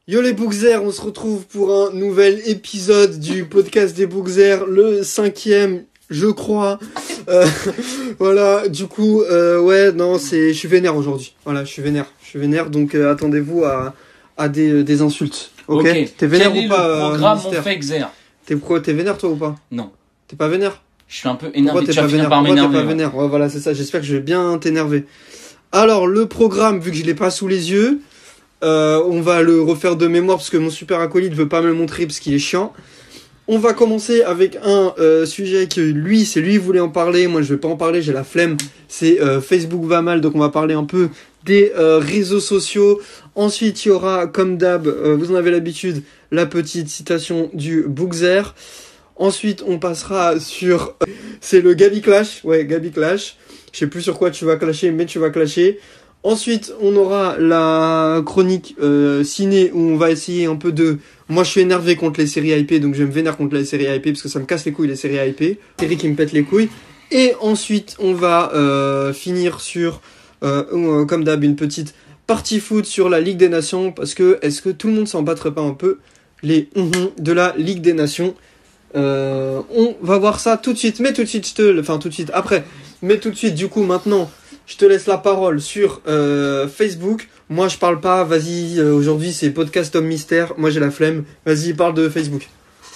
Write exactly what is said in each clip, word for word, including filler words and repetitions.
Yo les Bookzers, on se retrouve pour un nouvel épisode du podcast des Bookzers, le cinquième, je crois. Euh, voilà, du coup, euh, ouais, non, c'est, je suis vénère aujourd'hui. Voilà, je suis vénère, je suis vénère, donc euh, attendez-vous à, à des, des insultes. Ok. Ok. T'es vénère Quel ou est pas le programme euh, mon fait Xer? T'es pro, t'es vénère toi ou pas? Non. T'es pas vénère? Je suis un peu Pourquoi énervé. t'es Tu vas pas finir vénère? par Pourquoi t'es m'énerver. pas vénère? Ouais, voilà, c'est ça. J'espère que je vais bien t'énerver. Alors, le programme, vu que je l'ai pas sous les yeux, euh, on va le refaire de mémoire parce que mon super acolyte veut pas me le montrer parce qu'il est chiant. On va commencer avec un euh, sujet que lui, c'est lui qui voulait en parler. Moi, je vais pas en parler, j'ai la flemme. C'est euh, Facebook va mal, donc on va parler un peu des euh, réseaux sociaux. Ensuite, il y aura, comme d'hab, euh, vous en avez l'habitude, la petite citation du Bookzer. Ensuite, on passera sur... C'est le Gabi Clash. Ouais, Gabi Clash. Je sais plus sur quoi tu vas clasher, mais tu vas clasher. Ensuite, on aura la chronique euh, ciné où on va essayer un peu de... Moi, je suis énervé contre les séries hypées, donc je me vénère contre les séries hypées parce que ça me casse les couilles, les séries hypées. Séries qui me pètent les couilles. Et ensuite, on va euh, finir sur, euh, euh, comme d'hab, une petite partie foot sur la Ligue des Nations. Parce que, est-ce que tout le monde s'en battrait pas un peu les hum de la Ligue des Nations? Euh, on va voir ça tout de suite, mais tout de suite, je te, enfin tout de suite après, mais tout de suite, du coup, maintenant, je te laisse la parole sur euh, Facebook. Moi, je parle pas, vas-y, euh, aujourd'hui, c'est podcast Homme Mystère, moi j'ai la flemme, vas-y, parle de Facebook.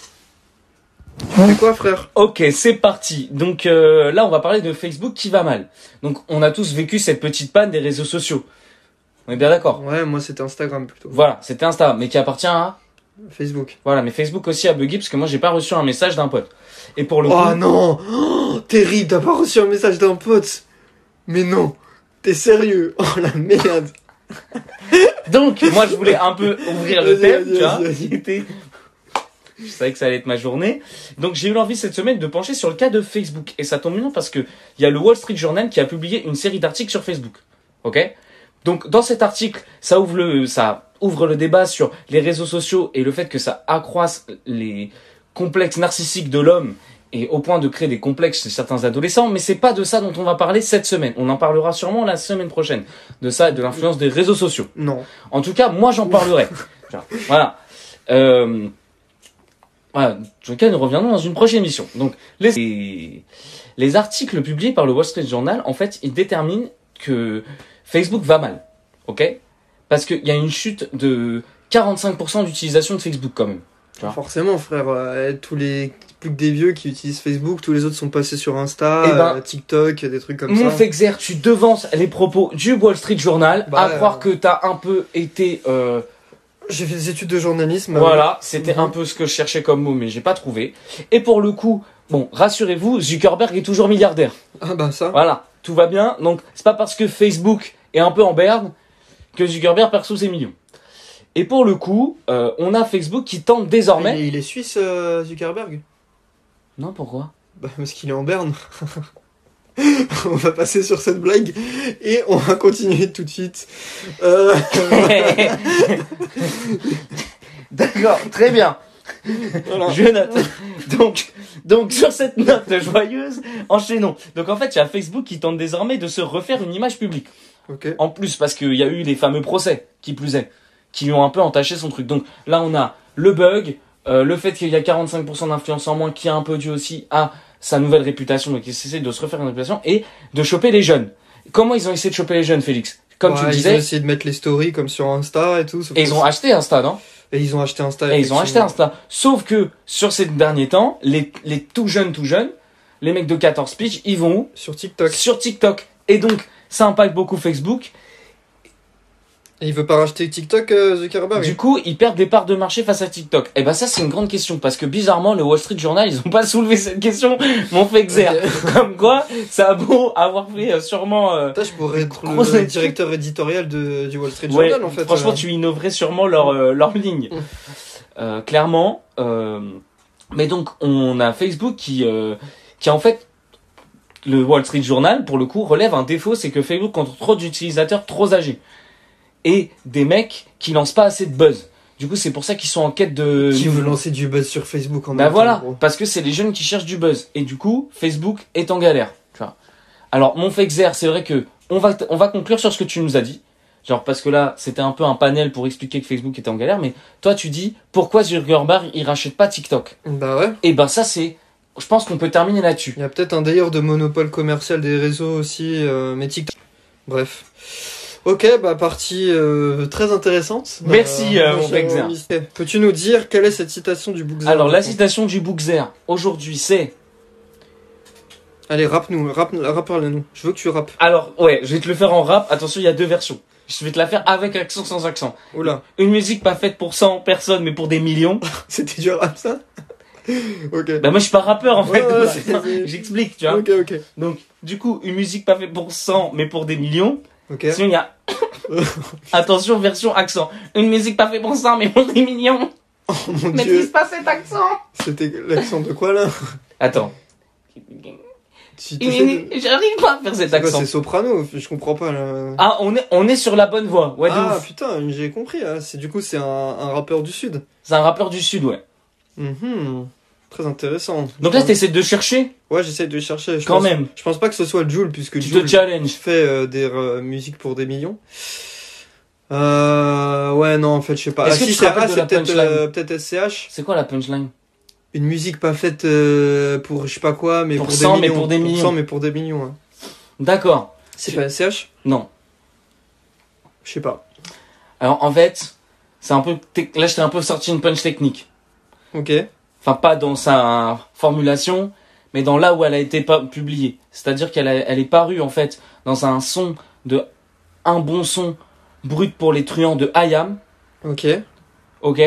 Tu fais quoi, frère? Ok, c'est parti. Donc euh, là, on va parler de Facebook qui va mal. Donc, on a tous vécu cette petite panne des réseaux sociaux. On est bien d'accord? Ouais, moi c'était Instagram plutôt. Voilà, c'était Insta, mais qui appartient à... Facebook. Voilà, mais Facebook aussi a bugué parce que moi, j'ai pas reçu un message d'un pote. Et pour le Oh coup... non, oh, terrible, t'as pas reçu un message d'un pote? Mais non, t'es sérieux? Oh la merde. Donc, moi, je voulais un peu ouvrir le Vas-y, thème, vas-y, tu vois, vas-y. qui était... Je savais que ça allait être ma journée. Donc, j'ai eu l'envie cette semaine de pencher sur le cas de Facebook. Et ça tombe bien parce que il y a le Wall Street Journal qui a publié une série d'articles sur Facebook. Ok? Donc, dans cet article, ça ouvre le, ça ouvre le débat sur les réseaux sociaux et le fait que ça accroisse les complexes narcissiques de l'homme et au point de créer des complexes chez certains adolescents. Mais c'est pas de ça dont on va parler cette semaine. On en parlera sûrement la semaine prochaine. De ça et de l'influence des réseaux sociaux. Non. En tout cas, moi, j'en parlerai. Voilà. Euh, voilà. En tout cas, nous reviendrons dans une prochaine émission. Donc, les, les articles publiés par le Wall Street Journal, en fait, ils déterminent que Facebook va mal. Ok? Parce qu'il y a une chute de quarante-cinq pour cent d'utilisation de Facebook, quand même. Tu vois? Forcément, frère, euh, tous les plus que des vieux qui utilisent Facebook, tous les autres sont passés sur Insta, Eh ben, euh, TikTok, des trucs comme Mon ça. Fexer, tu devances les propos du Wall Street Journal, Bah, à euh, croire que t'as un peu été... Euh, J'ai fait des études de journalisme. Voilà, c'était Mhm. un peu ce que je cherchais comme mot, mais j'ai pas trouvé. Et pour le coup, bon, rassurez-vous, Zuckerberg est toujours milliardaire. Ah bah ça. Voilà, tout va bien. Donc, c'est pas parce que Facebook est un peu en berne que Zuckerberg perd sous ses millions. Et pour le coup, euh, on a Facebook qui tente désormais... Il est, il est suisse, euh, Zuckerberg. Non, pourquoi? Bah parce qu'il est en Berne. On va passer sur cette blague et on va continuer tout de suite. Euh... D'accord, très bien. voilà. Je note. Donc, donc sur cette note joyeuse, enchaînons. Donc en fait, il y a Facebook qui tente désormais de se refaire une image publique. Ok. En plus, parce qu'il y a eu les fameux procès, qui plus est, qui ont un peu entaché son truc. Donc là, on a le bug, euh, le fait qu'il y a quarante-cinq pour cent d'influence en moins, qui a un peu dû aussi à sa nouvelle réputation, donc il essaie de se refaire une réputation, et de choper les jeunes. Comment ils ont essayé de choper les jeunes, Félix? Comme Ouais, tu le ils disais, ont essayé de mettre les stories comme sur Insta et tout. sauf et que ils ont c'est- acheté Insta, non? Et ils ont acheté Insta. Et ils ont acheté effectivement. Insta. Sauf que, sur ces derniers temps, les, les tout jeunes, tout jeunes, les mecs de quatorze piges, ils vont où? Sur TikTok. Sur TikTok. Et donc, ça impacte beaucoup Facebook. Et il veut pas racheter TikTok, euh, Zuckerberg. Du coup, ils perdent des parts de marché face à TikTok. Et ben ça, c'est une grande question. Parce que bizarrement, le Wall Street Journal, ils ont pas soulevé cette question. Mon Fexer. Ok. Comme quoi, ça a beau avoir fait euh, sûrement... euh, Putain, je pourrais être Grosse le étude. directeur éditorial de, du Wall Street ouais, Journal en fait. franchement, euh. tu innoverais sûrement leur, euh, leur ligne. Mm. Euh, clairement. Euh, mais donc, on a Facebook qui, euh, qui en fait... Le Wall Street Journal, pour le coup, relève un défaut, c'est que Facebook compte trop d'utilisateurs trop âgés. Et des mecs qui lancent pas assez de buzz. Du coup, c'est pour ça qu'ils sont en quête de... Qui veut lancer du buzz sur Facebook en Bah même voilà, temps, gros. parce que c'est les jeunes qui cherchent du buzz. Et du coup, Facebook est en galère. Tu vois. Alors, mon Fexer, c'est vrai que on va, t- on va conclure sur ce que tu nous as dit. genre parce que là, c'était un peu un panel pour expliquer que Facebook était en galère, mais toi, tu dis, pourquoi Zuckerberg, il rachète pas TikTok? Bah ouais. Et ben ça, c'est... Je pense qu'on peut terminer là-dessus. Il y a peut-être un délire de monopole commercial des réseaux aussi, euh, mais TikTok. Bref. Ok, bah partie euh, très intéressante. Merci, euh, moi, mon j'ai Vexer. envie- Peux-tu nous dire quelle est cette citation du Bookzer? Alors, la citation du Bookzer, aujourd'hui, c'est... Allez, rappe-nous, rappe, rappe-nous. Je veux que tu rappes. Alors, ouais, je vais te le faire en rap. Attention, il y a deux versions. Je vais te la faire avec accent, sans accent. Oula, Une musique pas faite pour cent personnes, mais pour des millions. c'était du rap ça? Ok. Bah moi, je suis pas rappeur, en fait. Ouais, donc ouais, c'est- c'est- J'explique, tu vois. Ok, ok. Donc, du coup, une musique pas faite pour cent, mais pour des millions. Ok. Sinon, il y a... Attention, version accent. Une musique pas faite pour cent, mais pour des millions. Oh mon Maîtrise dieu. pas cet accent. C'était l'accent de quoi là? Attends. Tu Une t'essaies minute, de- J'arrive pas à faire cet C'est quoi, accent. c'est soprano? Je comprends pas là. Ah, on est, on est sur la bonne voie. Ouais, de Ah ouf. putain, j'ai compris. Là. C'est du coup c'est un, un rappeur du sud. C'est un rappeur du Sud, ouais. Mhm. Très intéressant. Donc là, t'essaies de chercher, Ouais, j'essaie de chercher. Je quand pense, même. Je pense pas que ce soit Jul puisque Tu Jul te challenges. fait euh, des euh, musiques pour des millions. Euh, ouais, non, en fait, je sais pas. Est-ce Ah, que si, tu te c'est rappelles ah, de c'est la peut-être punchline euh, peut-être S C H. C'est quoi la punchline? Une musique pas faite euh, pour je sais pas quoi, mais Pour pour, cent, des mais millions. pour des millions. cent, mais pour des millions. Ouais. D'accord. C'est Tu- pas S C H? Non. Je sais pas. Alors, en fait, c'est un peu... tec- Là, je t'ai un peu sorti une punch technique. Ok. Enfin, pas dans sa formulation, mais dans là où elle a été pas publiée. C'est-à-dire qu'elle a- elle est parue, en fait, dans un son de... Un bon son brut pour les truands de I A M. Ok. Ok.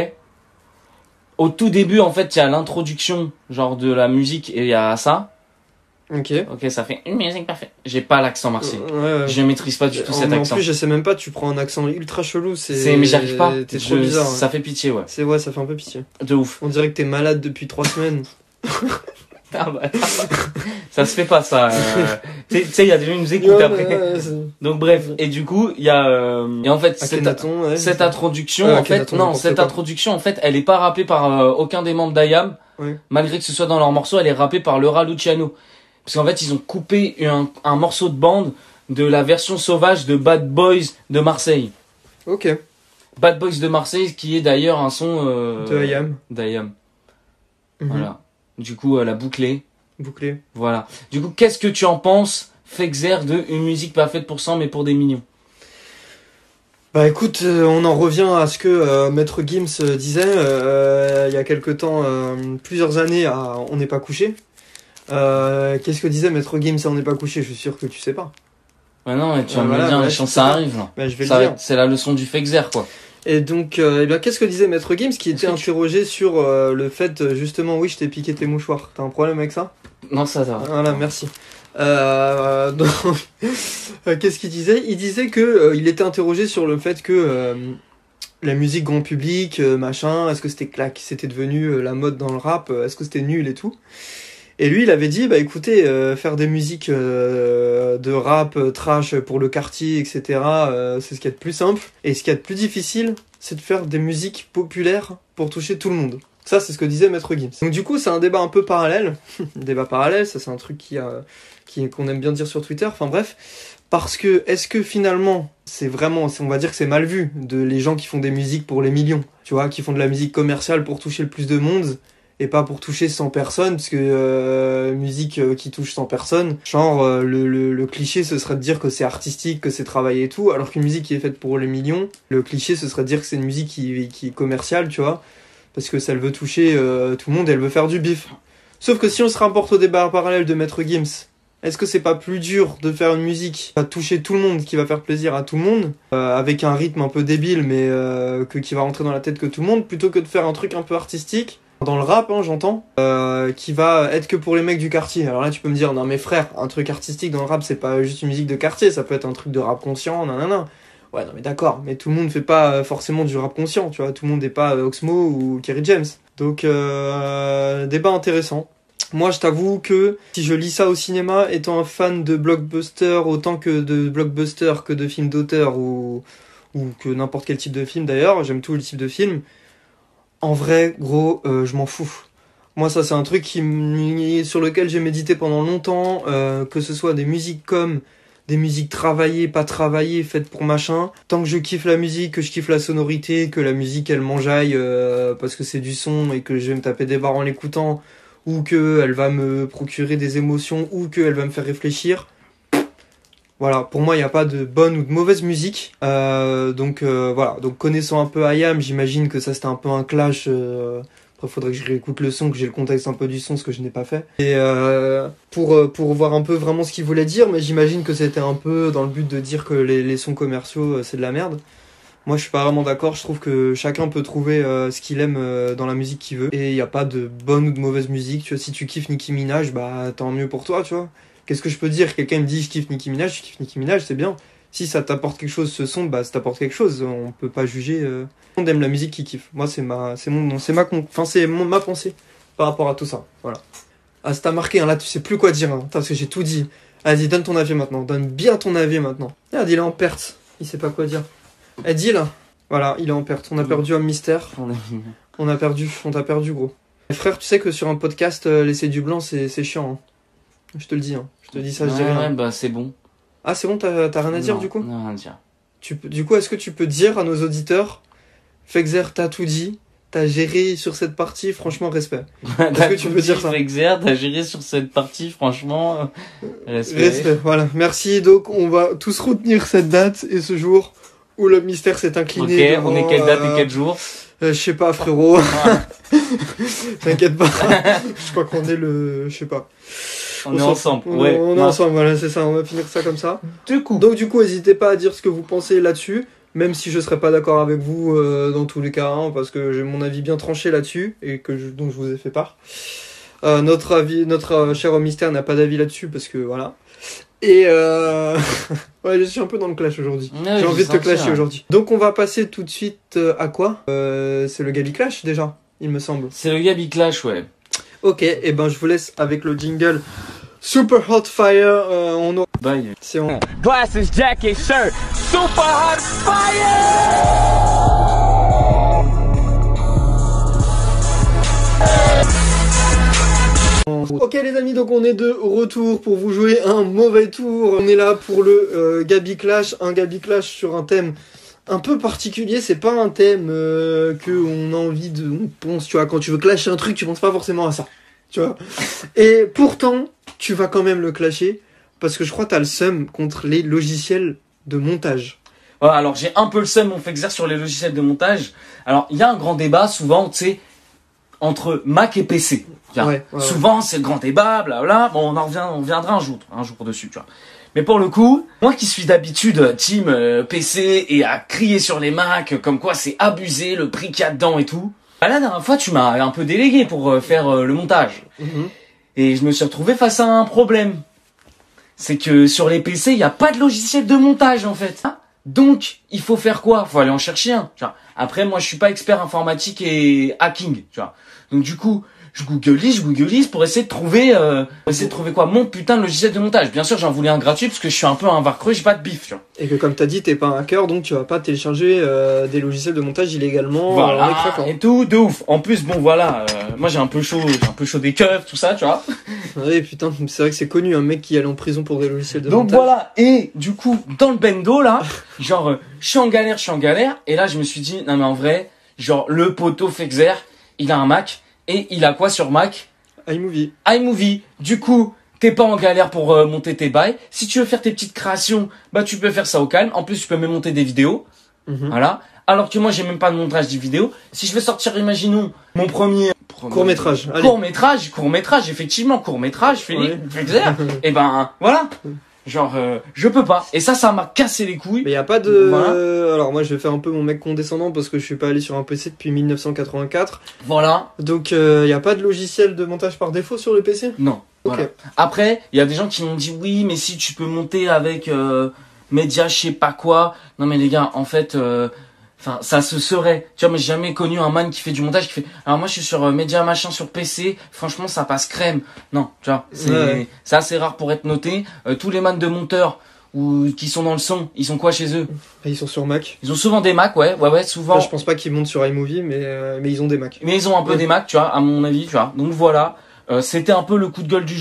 Au tout début, en fait, il y a l'introduction, genre, de la musique, et il y a ça. Ok. Ok, ça fait une musique parfaite. J'ai pas l'accent marseillais. Ouais, ouais. Je maîtrise pas du tout en, cet en accent. plus, je sais même pas, tu prends un accent ultra chelou, c'est. C'est, mais j'arrive pas. T'es trop Je- bizarre. ouais. Ça fait pitié, ouais. C'est ouais, ça fait un peu pitié. De ouf. On dirait que t'es malade depuis trois semaines. Ah bah, ça se fait pas, ça. euh. Tu sais- tu sais, il y a des gens qui nous écoutent Ouais, après. ouais, ouais, c'est- Donc bref, et du coup, il y a, euh, et en fait, cette, Akhenaton, ouais. cette introduction, Ouais, en fait, Akhenaton, non, n'importe cette quoi. introduction, en fait, elle est pas rappée par euh, aucun des membres d'I A M, Ouais. malgré que ce soit dans leur morceau, elle est rappée par Laura Luciano. Parce qu'en fait, ils ont coupé un, un morceau de bande de la version sauvage de Bad Boys de Marseille. Ok. Bad Boys de Marseille, qui est d'ailleurs un son euh, De I A M. d'I A M. Mhm. Voilà. Du coup, elle a bouclé. Bouclé. Voilà. Du coup, qu'est-ce que tu en penses, Fexer, de une musique pas faite pour cent, mais pour des millions? Bah écoute, euh, on en revient à ce que euh, Maître Gims euh, disait euh, il y a quelque temps, euh, plusieurs années à On n'est pas couché. Euh, Qu'est-ce que disait Maître Gims à On n'est pas couché? Je suis sûr que tu sais pas. Ouais, non, mais tu vas Ah, me voilà, le dire, voilà, les chances, je ça sais. arrive, là. Bah je vais Ça le va dire. être- C'est la leçon du Fexer, quoi. Et donc, euh, eh bien, qu'est-ce que disait Maître Gims qui était Est-ce que tu- interrogé sur euh, le fait, euh, justement, oui, je t'ai piqué tes mouchoirs. T'as un problème avec ça? Non, ça, ça va. Voilà, merci. Euh, donc, euh, qu'est-ce qu'il disait? Il disait que euh, il était interrogé sur le fait que euh, la musique grand public, euh, machin, est-ce que c'était claque, c'était devenu euh, la mode dans le rap, euh, est-ce que c'était nul et tout. Et lui, il avait dit, bah écoutez, euh, faire des musiques euh, de rap, euh, trash pour le quartier, et cetera, euh, c'est ce qu'il y a de plus simple. Et ce qu'il y a de plus difficile, c'est de faire des musiques populaires pour toucher tout le monde. Ça, c'est ce que disait Maître Gims. Donc du coup, c'est un débat un peu parallèle. Débat parallèle, ça c'est un truc qui a, qui, qu'on aime bien dire sur Twitter. Enfin bref, parce que est-ce que finalement, c'est vraiment, on va dire que c'est mal vu de les gens qui font des musiques pour les millions, tu vois, qui font de la musique commerciale pour toucher le plus de monde et pas pour toucher cent personnes, parce que euh, musique euh, qui touche cent personnes, genre euh, le, le, le cliché ce serait de dire que c'est artistique, que c'est travaillé et tout, alors qu'une musique qui est faite pour les millions, le cliché ce serait de dire que c'est une musique qui, qui est commerciale, tu vois, parce que ça elle veut toucher euh, tout le monde, elle veut faire du bif. Sauf que si on se rapporte au débat parallèle de Maître Gims, est-ce que c'est pas plus dur de faire une musique qui va toucher tout le monde, qui va faire plaisir à tout le monde, euh, avec un rythme un peu débile, mais euh, que, qui va rentrer dans la tête que tout le monde, plutôt que de faire un truc un peu artistique, dans le rap, hein, j'entends, euh, qui va être que pour les mecs du quartier. Alors là, tu peux me dire, non mais frère, un truc artistique dans le rap, c'est pas juste une musique de quartier, ça peut être un truc de rap conscient, nanana. Ouais, non mais d'accord, mais tout le monde fait pas forcément du rap conscient, tu vois, tout le monde n'est pas euh, Oxmo ou Kerry James. Donc, euh, débat intéressant. Moi, je t'avoue que si je lis ça au cinéma, étant un fan de blockbuster, autant que de blockbuster que de films d'auteur ou, ou que n'importe quel type de film d'ailleurs, j'aime tous les types de films, en vrai, gros, euh, je m'en fous. Moi, ça, c'est un truc qui m- sur lequel j'ai médité pendant longtemps, euh, que ce soit des musiques comme des musiques travaillées, pas travaillées, faites pour machin. Tant que je kiffe la musique, que je kiffe la sonorité, que la musique elle m'enjaille euh, parce que c'est du son et que je vais me taper des barres en l'écoutant, ou que elle va me procurer des émotions, ou que elle va me faire réfléchir. Voilà, pour moi il n'y a pas de bonne ou de mauvaise musique. Euh, donc euh, voilà, donc connaissant un peu I A M, j'imagine que ça c'était un peu un clash. Euh, Après, faudrait que je réécoute le son, que j'ai le contexte un peu du son, ce que je n'ai pas fait. Et euh, pour, pour voir un peu vraiment ce qu'il voulait dire, mais j'imagine que c'était un peu dans le but de dire que les, les sons commerciaux, c'est de la merde. Moi, je suis pas vraiment d'accord. Je trouve que chacun peut trouver euh, ce qu'il aime euh, dans la musique qu'il veut. Et il n'y a pas de bonne ou de mauvaise musique. Tu vois, si tu kiffes Nicki Minaj, bah tant mieux pour toi, tu vois. Qu'est-ce que je peux dire? Quelqu'un me dit je kiffe Nicki Minaj, je kiffe Nicki Minaj, c'est bien. Si ça t'apporte quelque chose, ce son, bah ça t'apporte quelque chose. On peut pas juger. Euh... On aime la musique qui kiffe. Moi, c'est ma, c'est mon, c'est ma, enfin c'est mon, ma pensée par rapport à tout ça. Voilà. Ah, ça t'a marqué. Hein, là, tu sais plus quoi dire. Hein, parce que j'ai tout dit. Vas-y, donne ton avis maintenant. Donne bien ton avis maintenant. Regarde, il est en perte. Il sait pas quoi dire. Eh, dis là. Voilà, il est en perte. On a perdu un mystère. On a perdu. On t'a perdu, gros. Et frère, tu sais que sur un podcast, euh, laisser du blanc, c'est, c'est chiant. Hein. Je te le dis. Hein. Je te dis ça, je ouais, dis rien. Ouais, bah c'est bon. Ah, c'est bon, t'as, t'as rien à dire non, du coup? Non, rien à dire. Tu peux, du coup, est-ce que tu peux dire à nos auditeurs, Fexer, t'as tout dit, t'as géré sur cette partie, franchement, respect. Est-ce que tu peux dire ça? Fexer, t'as géré sur cette partie, franchement, respect. Respect, voilà. Merci. Donc, on va tous retenir cette date et ce jour où le mystère s'est incliné. Ok, devant, on est quelle date euh, et quel jour? euh, Je sais pas, frérot. T'inquiète pas. Je crois qu'on est le, je sais pas. On, on est ensemble, on, ouais. On est non. ensemble, voilà, c'est ça, on va finir ça comme ça. Du coup. Donc du coup, n'hésitez pas à dire ce que vous pensez là-dessus, même si je serais pas d'accord avec vous euh, dans tous les cas, hein, parce que j'ai mon avis bien tranché là-dessus, et que je, dont je vous ai fait part. Euh, notre avis, notre euh, cher mystère n'a pas d'avis là-dessus, parce que voilà. Et euh... ouais, je suis un peu dans le clash aujourd'hui. Ouais, j'ai envie de te clasher hein. aujourd'hui. Donc on va passer tout de suite euh, à quoi euh, C'est le Gabi Clash déjà, il me semble. C'est le Gabi Clash, ouais. Ok, et ben je vous laisse avec le jingle Super Hot Fire. Euh, on a... Bye. C'est on... Glasses, jacket, shirt. Super Hot Fire. Ok les amis, donc on est de retour pour vous jouer un mauvais tour. On est là pour le euh, Gabi Clash, un Gabi Clash sur un thème un peu particulier. C'est pas un thème euh, que on a envie de, on pense, tu vois, quand tu veux clasher un truc, tu penses pas forcément à ça, tu vois. Et pourtant, tu vas quand même le clasher parce que je crois que t'as le seum contre les logiciels de montage. Ouais, alors j'ai un peu le seum, on fait exerce sur les logiciels de montage. Alors il y a un grand débat souvent, tu sais, entre Mac et P C. Ouais, ouais, souvent ouais. C'est le grand débat, blabla. Bon, on en revient, on reviendra un jour, un jour dessus, tu vois. Mais pour le coup, moi qui suis d'habitude team euh, P C et à crier sur les Mac, comme quoi c'est abusé, le prix qu'il y a dedans et tout. Bah, la dernière fois, tu m'as un peu délégué pour euh, faire euh, le montage. Mm-hmm. Et je me suis retrouvé face à un problème. C'est que sur les P C, il n'y a pas de logiciel de montage en fait. Hein, donc, il faut faire quoi? Faut aller en chercher un. Tu vois. Après, moi, je suis pas expert informatique et hacking. Tu vois. Donc du coup, je googleise, je googleise pour essayer de trouver, euh, pour essayer de trouver quoi, mon putain de logiciel de montage. Bien sûr, j'en voulais un gratuit parce que je suis un peu un varcreux, j'ai pas de bif, tu vois. Et que comme t'as dit, t'es pas un hacker, donc tu vas pas télécharger euh, des logiciels de montage illégalement. Voilà, en et tout, de ouf. En plus, bon voilà, euh, moi j'ai un peu chaud, j'ai un peu chaud des keufs, tout ça, tu vois. Ouais, putain, c'est vrai que c'est connu, un mec qui allait en prison pour des logiciels de donc montage. Donc voilà, et du coup, dans le bendo là, genre, euh, je suis en galère, je suis en galère, et là je me suis dit, non mais en vrai, genre, le poteau Fexer, il a un Mac. Et il a quoi sur Mac? iMovie. iMovie. Du coup, t'es pas en galère pour euh, monter tes bails. Si tu veux faire tes petites créations, bah tu peux faire ça au calme. En plus, tu peux même monter des vidéos. Mm-hmm. Voilà. Alors que moi, j'ai même pas de montage de vidéos. Si je veux sortir, imaginons, mon premier... Court-métrage. Court-métrage, court-métrage, effectivement, court-métrage, Philippe, Fexer. Et ben, voilà. Genre, euh, je peux pas. Et ça, ça m'a cassé les couilles. Mais y a pas de... Voilà. Alors moi, je vais faire un peu mon mec condescendant parce que je suis pas allé sur un P C depuis mille neuf cent quatre-vingt-quatre. Voilà. Donc, euh, y a pas de logiciel de montage par défaut sur le P C? Non. Ok. Voilà. Après, il y a des gens qui m'ont dit, oui, mais si tu peux monter avec euh, Média, je sais pas quoi. Non mais les gars, en fait... Euh, Enfin, ça se serait. Tu vois, moi, j'ai jamais connu un man qui fait du montage, qui fait. Alors moi, je suis sur euh, Média machin sur P C. Franchement, ça passe crème. Non, tu vois, c'est ouais. c'est assez rare pour être noté. Euh, tous les man de monteurs ou qui sont dans le son, ils sont quoi chez eux? Ils sont sur Mac. Ils ont souvent des Mac, ouais, ouais, ouais, souvent. Enfin, je pense pas qu'ils montent sur iMovie, mais euh, mais ils ont des Mac. Mais ils ont un peu ouais. des Mac, tu vois, à mon avis, tu vois. Donc voilà, euh, c'était un peu le coup de gueule du jour.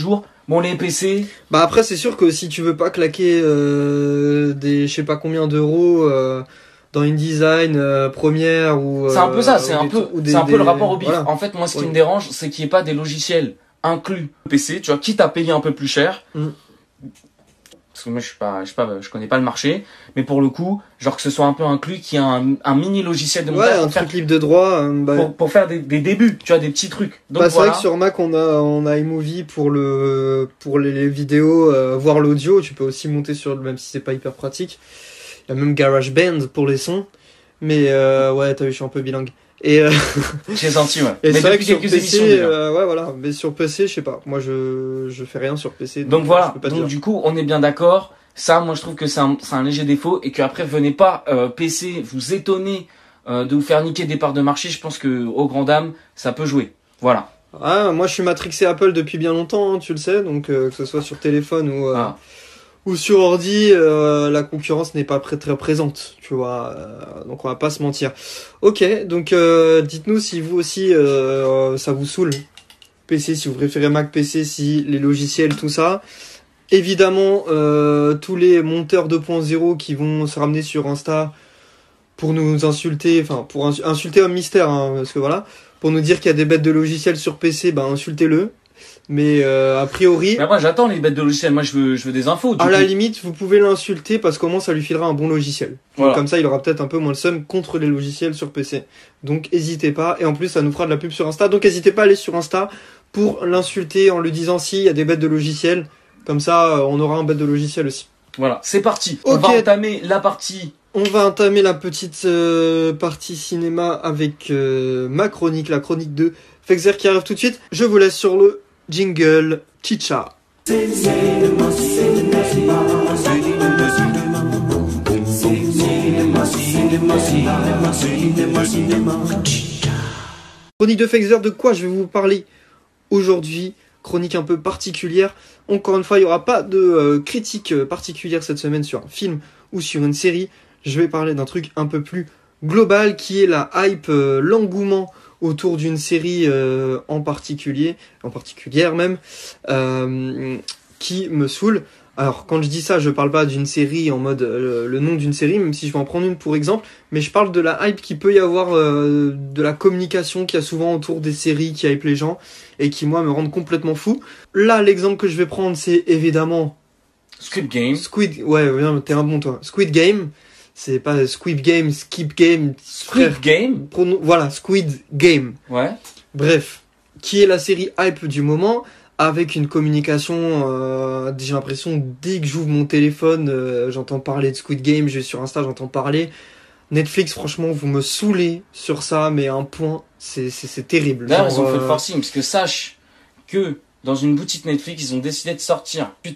Bon, les P C. Bah après, c'est sûr que si tu veux pas claquer euh, des je sais pas combien d'euros euh, dans InDesign, euh, Premiere ou. C'est un peu ça, euh, c'est ou un des- peu, ou des- c'est un peu des- le rapport au bif. voilà. En fait, moi, ce qui Oui. me dérange, c'est qu'il n'y ait pas des logiciels inclus P C, tu vois, quitte à payer un peu plus cher. Mm. Parce que moi, je suis pas, je sais pas, je connais pas le marché, mais pour le coup, genre que ce soit un peu inclus, qu'il y ait un, un mini logiciel de Ouais, montage un pour, faire, truc libre de droit. euh, bah, pour, pour faire des, des débuts, tu vois, des petits trucs. Donc bah, c'est voilà. vrai que sur Mac on a on a iMovie pour le pour les, les vidéos, euh, voir l'audio. Tu peux aussi monter sur le même si c'est pas hyper pratique. Il y a même GarageBand pour les sons. Mais euh, ouais, t'as vu, je suis un peu bilingue. Et, euh, J'ai senti, ouais. et Mais c'est vrai que depuis sur quelques P émissions C, déjà. euh, ouais voilà. Mais sur P C, je sais pas. Moi, je je fais rien sur P C. Donc je voilà, peux pas te donc dire. du coup, on est bien d'accord. Ça, moi, je trouve que c'est un, c'est un léger défaut et que après, venez pas euh, P C vous étonner euh, de vous faire niquer des parts de marché. Je pense que aux grandes dames, ça peut jouer. Voilà. Ah, moi, je suis matrixé Apple depuis bien longtemps, hein, tu le sais. Donc euh, que ce soit sur téléphone ou euh, Ah. ou sur ordi, euh, la concurrence n'est pas très, très présente, tu vois. euh, donc on va pas se mentir. Ok, donc euh, dites-nous si vous aussi euh, ça vous saoule. P C, si vous préférez Mac, P C, si les logiciels, tout ça. Évidemment, euh, tous les monteurs deux point zéro qui vont se ramener sur Insta pour nous insulter, enfin pour ins- insulter Homme Mystère, hein, parce que voilà, pour nous dire qu'il y a des bêtes de logiciels sur P C, bah insultez-le. Mais euh, a priori, Mais moi, j'attends les bêtes de logiciels. Moi, je veux, je veux des infos. du à coup. la limite, vous pouvez l'insulter parce qu'au moins ça lui filera un bon logiciel. Voilà. Comme ça, il aura peut-être un peu moins le seum contre les logiciels sur P C. Donc, n'hésitez pas. Et en plus, ça nous fera de la pub sur Insta. Donc, n'hésitez pas à aller sur Insta pour l'insulter en lui disant si il y a des bêtes de logiciels. Comme ça, euh, on aura un bête de logiciel aussi. Voilà, c'est parti. On Ok. va entamer la partie. On va entamer la petite euh, partie cinéma avec euh, ma chronique, la chronique de Fexer qui arrive tout de suite. Je vous laisse sur le jingle Chicha. Chronique de Fexer, de quoi je vais vous parler aujourd'hui? Chronique un peu particulière. Encore une fois, il n'y aura pas de euh, critique euh, particulière cette semaine sur un film ou sur une série. Je vais parler d'un truc un peu plus global qui est la hype, euh, l'engouement autour d'une série euh, en particulier, en particulière même, euh, qui me saoule. Alors, quand je dis ça, je parle pas d'une série en mode euh, le nom d'une série, même si je vais en prendre une pour exemple, mais je parle de la hype qui peut y avoir, euh, de la communication qu'il y a souvent autour des séries qui hype les gens et qui, moi, me rendent complètement fou. Là, l'exemple que je vais prendre, c'est évidemment Squid Game. Squid... Ouais, ouais, t'es un bon, toi. Squid Game. C'est pas Squid Game, Skip Game, frère. Squid Game. Pronon- Voilà, Squid Game. Ouais. Bref, qui est la série hype du moment, avec une communication, euh, j'ai l'impression, dès que j'ouvre mon téléphone, euh, j'entends parler de Squid Game, je vais sur Insta, j'entends parler. Netflix, franchement, vous me saoulez sur ça, mais à un point, c'est, c'est, c'est terrible. D'ailleurs, Genre, ils ont fait euh, le forcing, parce que sache que dans une boutique Netflix, ils ont décidé de sortir, suite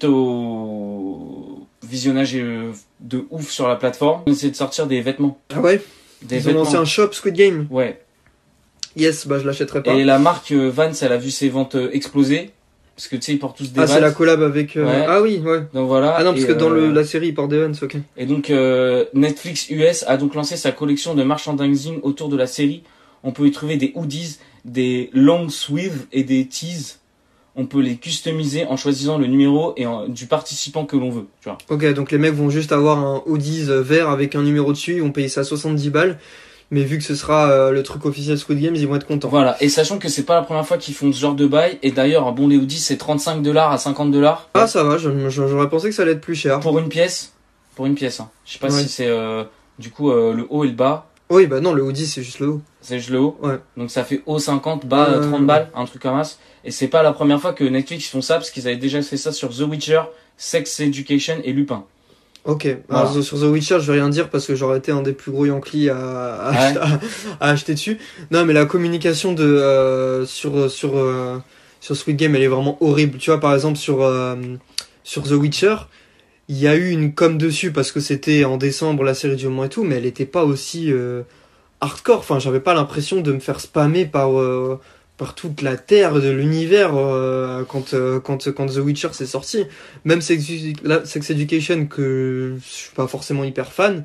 au visionnage euh, de ouf sur la plateforme, ils ont décidé de sortir des vêtements. Ah ouais? Des Ils ont vêtements. lancé un shop Squid Game. Ouais. Yes, bah je l'achèterai pas. Et la marque euh, Vans, elle a vu ses ventes euh, exploser. Parce que tu sais, ils portent tous des Ah, c'est Vans. la collab avec... euh, Ouais. Ah oui, ouais. Donc voilà. Ah non, parce Et, que dans euh, le, la série, il porte des Vans, ok. Et donc, euh, Netflix U S a donc lancé sa collection de merchandising autour de la série. On peut y trouver des hoodies, des long sleeves et des tees. On peut les customiser en choisissant le numéro et en- du participant que l'on veut. Tu vois. Ok, donc les mecs vont juste avoir un Audi's vert avec un numéro dessus, ils vont payer ça soixante-dix balles. Mais vu que ce sera euh, le truc officiel Squid Games, ils vont être contents. Voilà. Et sachant que c'est pas la première fois qu'ils font ce genre de bail. Et d'ailleurs, un bon les hoodies, c'est trente-cinq dollars à cinquante dollars. Ah, ça va, je- je- j'aurais pensé que ça allait être plus cher. Pour une pièce. Pour une pièce. Hein. Je sais pas Ouais. si c'est euh, du coup euh, le haut et le bas. Oui, bah non, le Audi c'est juste le haut. C'est juste le haut. Ouais. Donc ça fait haut cinquante, bas euh, Euh, trente balles, un truc comme ça. Et c'est pas la première fois que Netflix font ça, parce qu'ils avaient déjà fait ça sur The Witcher, Sex Education et Lupin. Ok, Voilà. alors sur The Witcher, je vais rien dire parce que j'aurais été un des plus gros Yankees à, à, Ouais. acheter, à, à acheter dessus. Non, mais la communication de euh, sur sur euh, sur Squid Game, elle est vraiment horrible. Tu vois, par exemple sur euh, sur The Witcher, il y a eu une com dessus parce que c'était en décembre la série du moment et tout, mais elle était pas aussi euh, hardcore. Enfin, j'avais pas l'impression de me faire spammer par euh, par toute la terre de l'univers euh, quand, euh, quand quand The Witcher s'est sorti. Même Sex, la- Sex Education, que je suis pas forcément hyper fan,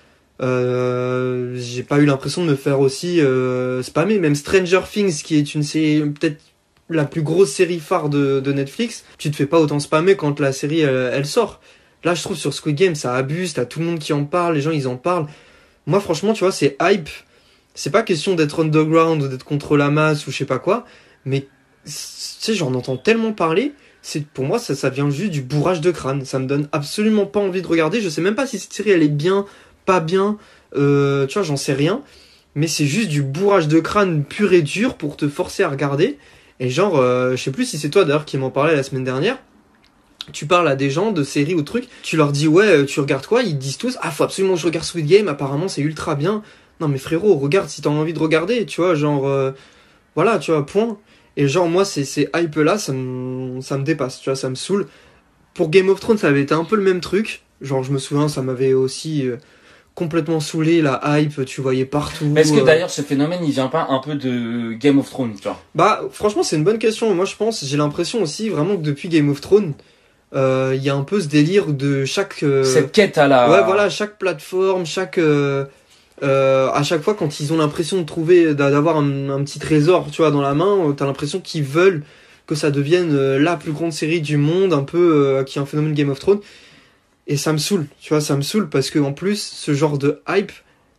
euh, j'ai pas eu l'impression de me faire aussi euh, spammer. Même Stranger Things, qui est une série peut-être la plus grosse série phare de, de Netflix, tu te fais pas autant spammer quand la série elle, elle sort. Là, je trouve sur Squid Game, ça abuse, t'as tout le monde qui en parle, les gens ils en parlent. Moi, franchement, tu vois, c'est hype. C'est pas question d'être underground ou d'être contre la masse ou je sais pas quoi, mais tu sais, j'en entends tellement parler. C'est, pour moi, ça, ça vient juste du bourrage de crâne. Ça me donne absolument pas envie de regarder. Je sais même pas si cette série elle est bien, pas bien. Euh, tu vois, j'en sais rien. Mais c'est juste du bourrage de crâne pur et dur pour te forcer à regarder. Et genre, euh, je sais plus si c'est toi d'ailleurs qui m'en parlais la semaine dernière. Tu parles à des gens de séries ou de trucs, tu leur dis ouais, tu regardes quoi? Ils disent tous ah, faut absolument que je regarde Squid Game, apparemment c'est ultra bien. Non mais frérot, regarde si t'as envie de regarder, tu vois, genre euh, voilà, tu vois, point. Et genre moi ces, ces hype là, ça me ça me dépasse, tu vois, ça me saoule. Pour Game of Thrones, ça avait été un peu le même truc. Genre je me souviens, ça m'avait aussi euh, complètement saoulé, la hype, tu voyais partout. Mais est-ce que euh... d'ailleurs ce phénomène il vient pas un peu de Game of Thrones, tu vois? Bah franchement c'est une bonne question. Moi je pense, j'ai l'impression aussi vraiment que depuis Game of Thrones, il euh, y a un peu ce délire de chaque euh... cette quête à la ouais voilà, chaque plateforme, chaque euh, euh, à chaque fois quand ils ont l'impression de trouver d'avoir un, un petit trésor, tu vois, dans la main, t'as l'impression qu'ils veulent que ça devienne euh, la plus grande série du monde, un peu euh, qui est un phénomène Game of Thrones. Et ça me saoule, tu vois, ça me saoule parce que en plus ce genre de hype,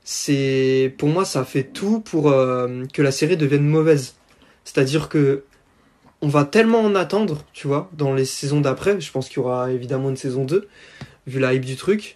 c'est pour moi ça fait tout pour euh, que la série devienne mauvaise. C'est-à-dire que on va tellement en attendre, tu vois, dans les saisons d'après. Je pense qu'il y aura évidemment une saison deux, vu la hype du truc,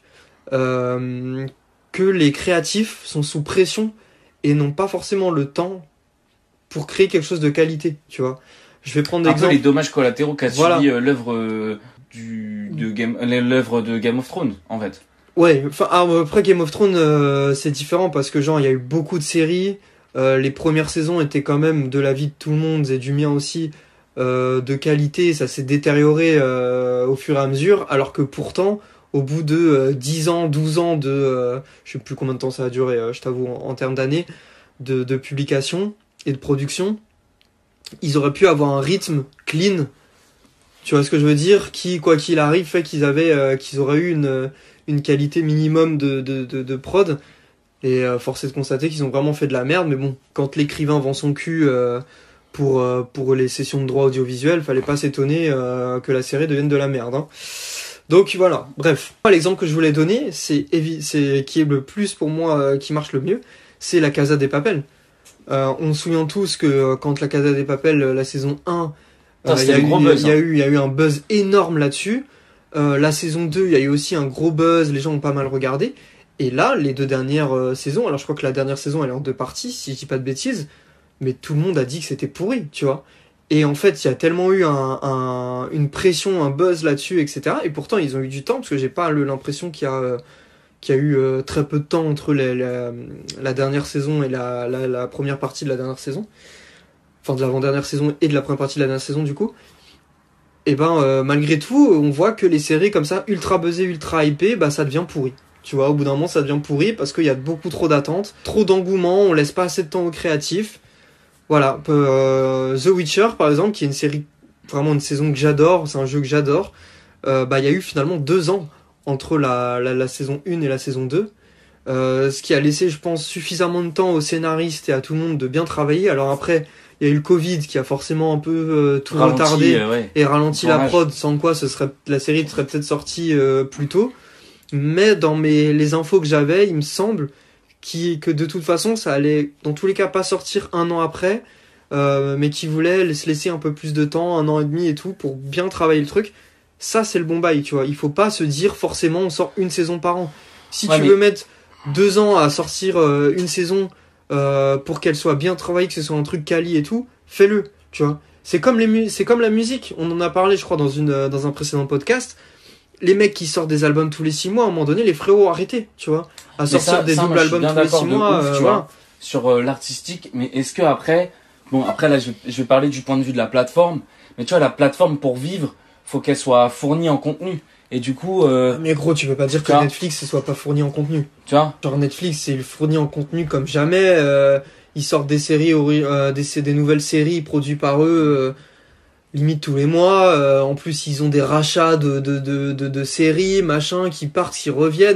euh, que les créatifs sont sous pression et n'ont pas forcément le temps pour créer quelque chose de qualité, tu vois. Je vais prendre un l'exemple. peu les dommages collatéraux qu'a Voilà. subi euh, l'œuvre euh, du de Game l'œuvre de Game of Thrones en fait. Ouais, enfin après Game of Thrones euh, c'est différent parce que genre il y a eu beaucoup de séries, euh, les premières saisons étaient quand même de l'avis de tout le monde et du mien aussi. Euh, de qualité, ça s'est détérioré euh, au fur et à mesure, alors que pourtant, au bout de euh, dix ans, douze ans de... Euh, je sais plus combien de temps ça a duré, euh, je t'avoue, en, en termes d'années, de, de publication et de production, ils auraient pu avoir un rythme clean, tu vois ce que je veux dire, qui, quoi qu'il arrive, fait qu'ils avaient, euh, qu'ils auraient eu une, une qualité minimum de, de, de, de prod, et euh, force est de constater qu'ils ont vraiment fait de la merde, mais bon, quand l'écrivain vend son cul... Euh, Pour, euh, pour les sessions de droit audiovisuel, fallait pas s'étonner euh, que la série devienne de la merde. Hein. Donc voilà, bref. L'exemple que je voulais donner, c'est, évi- c'est qui est le plus pour moi, euh, qui marche le mieux, c'est la Casa des Papel. Euh, on se souvient tous que euh, quand la Casa des Papel, euh, la saison un, il euh, y, a eu, buzz, y, a hein. eu, y a eu un buzz énorme là-dessus. Euh, la saison deux, il y a eu aussi un gros buzz, les gens ont pas mal regardé. Et là, les deux dernières euh, saisons, alors je crois que la dernière saison, elle est en deux parties, si je dis pas de bêtises, mais tout le monde a dit que c'était pourri, tu vois. Et en fait, il y a tellement eu un, un, une pression, un buzz là-dessus, et cetera. Et pourtant, ils ont eu du temps, parce que j'ai pas le, l'impression qu'il y a, euh, qu'il y a eu euh, très peu de temps entre les, la, la dernière saison et la, la, la première partie de la dernière saison. Enfin, de l'avant-dernière saison et de la première partie de la dernière saison, du coup. Et ben, euh, malgré tout, on voit que les séries comme ça, ultra buzzées, ultra hypées, bah ça devient pourri. Tu vois, au bout d'un moment, ça devient pourri parce qu'il y a beaucoup trop d'attentes, trop d'engouement, on laisse pas assez de temps aux créatifs. Voilà, euh, The Witcher par exemple, qui est une série, vraiment une saison que j'adore, c'est un jeu que j'adore, euh, bah il y a eu finalement deux ans entre la, la, la saison un et la saison deux, euh, ce qui a laissé je pense suffisamment de temps aux scénaristes et à tout le monde de bien travailler. Alors après, il y a eu le Covid qui a forcément un peu euh, tout Ralenti, retardé euh, ouais. et ralenti la Dommage. prod, sans quoi ce serait, la série serait peut-être sortie euh, plus tôt. Mais dans mes, les infos que j'avais, il me semble qui, que de toute façon ça allait dans tous les cas pas sortir un an après, euh, mais qui voulait se laisser un peu plus de temps, un an et demi et tout, pour bien travailler le truc. Ça c'est le bon bail, tu vois. Il faut pas se dire forcément on sort une saison par an. Si Ouais, tu mais... veux mettre deux ans à sortir euh, une saison euh, pour qu'elle soit bien travaillée, que ce soit un truc quali et tout, fais-le, tu vois. C'est comme, les mu- c'est comme la musique, on en a parlé je crois dans, une, euh, dans un précédent podcast. Les mecs qui sortent des albums tous les six mois, à un moment donné, les frérots, arrêtez, tu vois. À sortir ça, des ça, doubles moi, je suis albums bien tous les six d'accord de mois, ouf, euh, tu voilà. vois, sur euh, l'artistique. Mais est-ce que après, bon, après là, je, je vais parler du point de vue de la plateforme. Mais tu vois, la plateforme pour vivre, faut qu'elle soit fournie en contenu. Et du coup, euh, Mais gros, tu veux pas dire que tu vois, Netflix ne soit pas fourni en contenu. tu vois, Genre Netflix, c'est fourni en contenu comme jamais. Euh, ils sortent des séries, ori- euh, des, des nouvelles séries produites par eux. Euh, limite tous les mois, euh, en plus ils ont des rachats de, de, de, de, de séries, machin, qui partent, qui reviennent.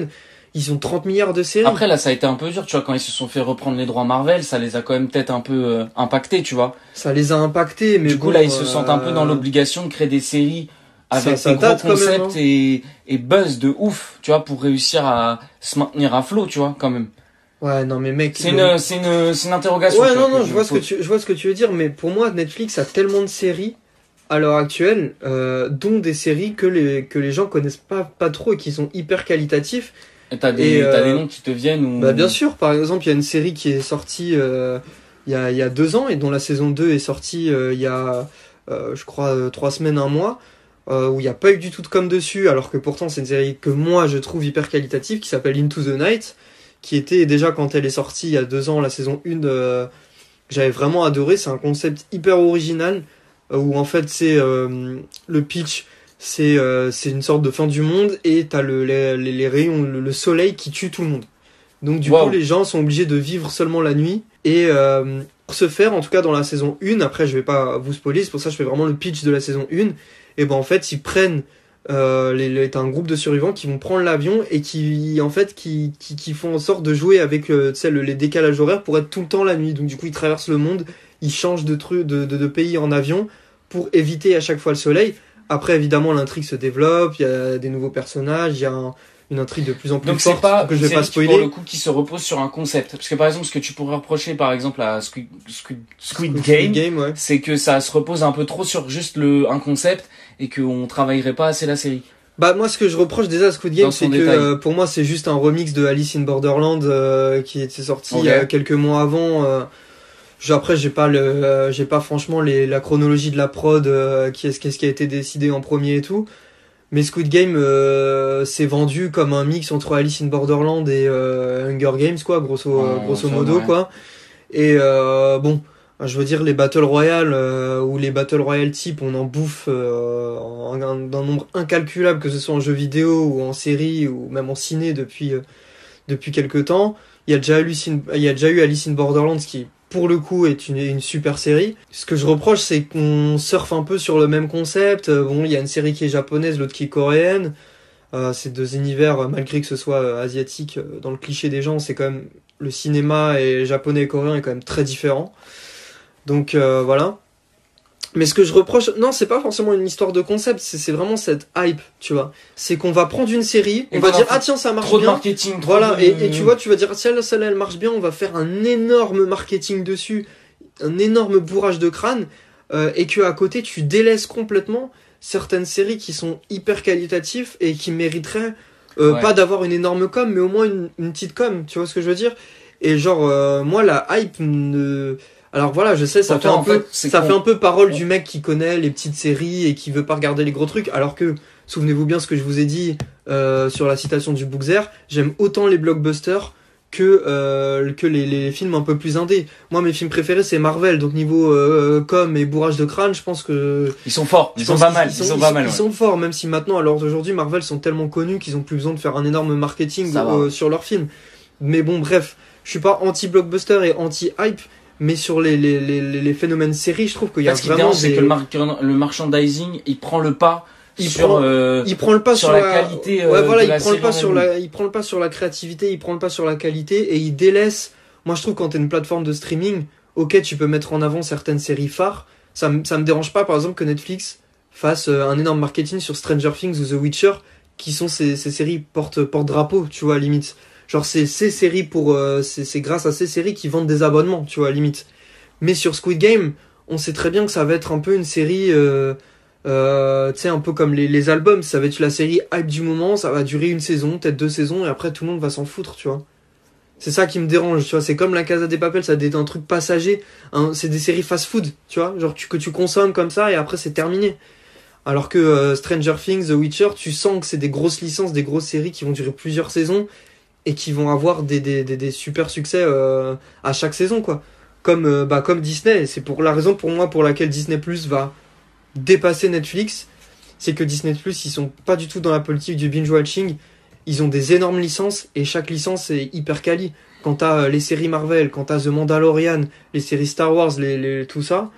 ils ont trente milliards de séries. Après, là, ça a été un peu dur, tu vois, quand ils se sont fait reprendre les droits Marvel, ça les a quand même peut-être un peu euh, impactés, tu vois. Ça les a impactés, mais du coup, bon, là, ils se euh, sentent un peu dans l'obligation de créer des séries avec Ça- ça des gros date quand même, concepts hein. et, et buzz de ouf, tu vois, pour réussir à se maintenir à flot, tu vois, quand même. Ouais, non, mais mec. C'est le- une, c'est une, c'est une interrogation. Ouais, tu non, vois, non, que je vois, ce que pose. tu, je vois ce que tu veux dire, mais pour moi, Netflix a tellement de séries à l'heure actuelle, euh, dont des séries que les, que les gens connaissent pas, pas trop et qui sont hyper qualitatifs. Et t'as des, Et, t'as euh, des noms qui te viennent ou... Bah, bien sûr, par exemple, il y a une série qui est sortie euh, il y, a, il y a deux ans et dont la saison deux est sortie euh, il y a, euh, je crois, euh, trois semaines, un mois, euh, où il n'y a pas eu du tout de com dessus, alors que pourtant c'est une série que moi je trouve hyper qualitative, qui s'appelle Into the Night, qui était déjà quand elle est sortie il y a deux ans, la saison un, euh, j'avais vraiment adoré. C'est un concept hyper original, euh, où en fait c'est euh, le pitch, c'est euh, c'est une sorte de fin du monde et t'as le, les, les, les rayons, le, le soleil qui tue tout le monde. Donc du Wow. coup les gens sont obligés de vivre seulement la nuit et euh, pour ce faire, en tout cas dans la saison un, après je vais pas vous spoiler, c'est pour ça que je fais vraiment le pitch de la saison un, et ben en fait ils prennent euh, les, les, t'as un groupe de survivants qui vont prendre l'avion et qui en fait qui, qui, qui font en sorte de jouer avec euh, tu sais, le, les décalages horaires pour être tout le temps la nuit. Donc du coup ils traversent le monde, ils changent de, truc, de, de, de pays en avion pour éviter à chaque fois le soleil. Après évidemment l'intrigue se développe, il y a des nouveaux personnages, il y a un, une intrigue de plus en plus Donc c'est forte pas que je une vais série pas qui, pour spoiler. le coup, qui se repose sur un concept. Parce que par exemple, ce que tu pourrais reprocher par exemple à Squid, Squid, Squid Game, Game ouais. c'est que ça se repose un peu trop sur juste le, un concept et qu'on travaillerait pas assez la série. Bah moi ce que je reproche déjà à Squid Game, Dans c'est son que détail. euh, pour moi c'est juste un remix de Alice in Borderland euh, qui était sorti Ok. euh, quelques mois avant. Euh, je- après j'ai pas le, euh, j'ai pas franchement les, la chronologie de la prod, euh, qui est qu'est-ce qui a été décidé en premier et tout. Mais Squid Game euh, c'est vendu comme un mix entre Alice in Borderland et euh, Hunger Games quoi, grosso Oh, grosso ça, modo ouais. quoi. Et euh, bon. Je veux dire, les Battle Royale euh, ou les Battle Royale type, on en bouffe euh, en, en- d'un nombre incalculable, que ce soit en jeu vidéo ou en série ou même en ciné depuis, euh, depuis quelques temps. Il y, a déjà Alice in- il y a déjà eu Alice in Borderlands qui, pour le coup, est une, une super série. Ce que je reproche, c'est qu'on surfe un peu sur le même concept. Euh, Bon, il y a une série qui est japonaise, l'autre qui est coréenne. Euh, c'est deux univers, euh, malgré que ce soit euh, asiatique, euh, dans le cliché des gens, c'est quand même... Le cinéma et japonais et coréen est quand même très différent. Donc euh, voilà. Mais ce que je reproche, non, c'est pas forcément une histoire de concept, c'est c'est vraiment cette hype, tu vois. C'est qu'on va prendre une série, on Et va voilà, dire faut- ah tiens ça marche Trop de bien. marketing, trop Voilà, de... et, et tu vois, tu vas dire celle-là, celle-là elle marche bien, on va faire un énorme marketing dessus, un énorme bourrage de crâne, euh, et que à côté tu délaisses complètement certaines séries qui sont hyper qualitatives et qui mériteraient euh, Ouais. pas d'avoir une énorme com, mais au moins une, une petite com, tu vois ce que je veux dire. Et genre euh, moi la hype ne... Alors voilà, je sais, ça Pour fait toi, un en peu, fait, c'est ça qu'on- fait un peu parole du mec qui connaît les petites séries et qui veut pas regarder les gros trucs. Alors que, souvenez-vous bien ce que je vous ai dit euh, sur la citation du Bookzer, j'aime autant les blockbusters que euh, que les, les films un peu plus indés. Moi, mes films préférés, c'est Marvel. Donc niveau euh, com et bourrage de crâne, je pense que Ils sont forts, je ils sont pense pas qu'ils- mal, ils ils sont, sont pas mal. ils ouais. sont forts, même si maintenant, à l'heure d'aujourd'hui, Marvel sont tellement connus qu'ils ont plus besoin de faire un énorme marketing Ça va. euh, sur leurs films. Mais bon, bref, je suis pas anti-blockbuster et anti-hype, mais sur les, les, les, les phénomènes séries, je trouve qu'il y a Ce qui vraiment dérange, c'est des... que le, mar- le merchandising, il prend le pas Il sur... prend- euh, il prend le pas sur sur, la la qualité, euh, ouais, voilà, de il la prend le série pas en sur elle-même. la, il prend le pas sur la créativité, il prend le pas sur la qualité et il délaisse. Moi, je trouve quand t'es une plateforme de streaming, ok, tu peux mettre en avant certaines séries phares. Ça, me- ça me dérange pas, par exemple, que Netflix fasse euh, un énorme marketing sur Stranger Things ou The Witcher, qui sont ces, ces séries porte porte drapeau, tu vois, à la limite. Genre c'est ces séries pour, euh, c'est c'est grâce à ces séries qui vendent des abonnements, tu vois, à la limite. Mais sur Squid Game, on sait très bien que ça va être un peu une série, euh, euh, tu sais, un peu comme les, les albums. Ça va être la série hype du moment, ça va durer une saison, peut-être deux saisons, et après tout le monde va s'en foutre, tu vois. C'est ça qui me dérange, tu vois. C'est comme La Casa des Papel, ça a été un truc passager. Hein, c'est des séries fast-food, tu vois. Genre tu, que tu consommes comme ça et après c'est terminé. Alors que euh, Stranger Things, The Witcher, tu sens que c'est des grosses licences, des grosses séries qui vont durer plusieurs saisons et qui vont avoir des, des, des, des super succès euh, à chaque saison, quoi. Comme, euh, bah, comme Disney. C'est pour la raison pour moi pour laquelle Disney Plus va dépasser Netflix. C'est que Disney Plus, ils sont pas du tout dans la politique du binge-watching. Ils ont des énormes licences et chaque licence est hyper quali. Quand t'as euh, les séries Marvel, quand t'as The Mandalorian, les séries Star Wars, les, les, tout ça,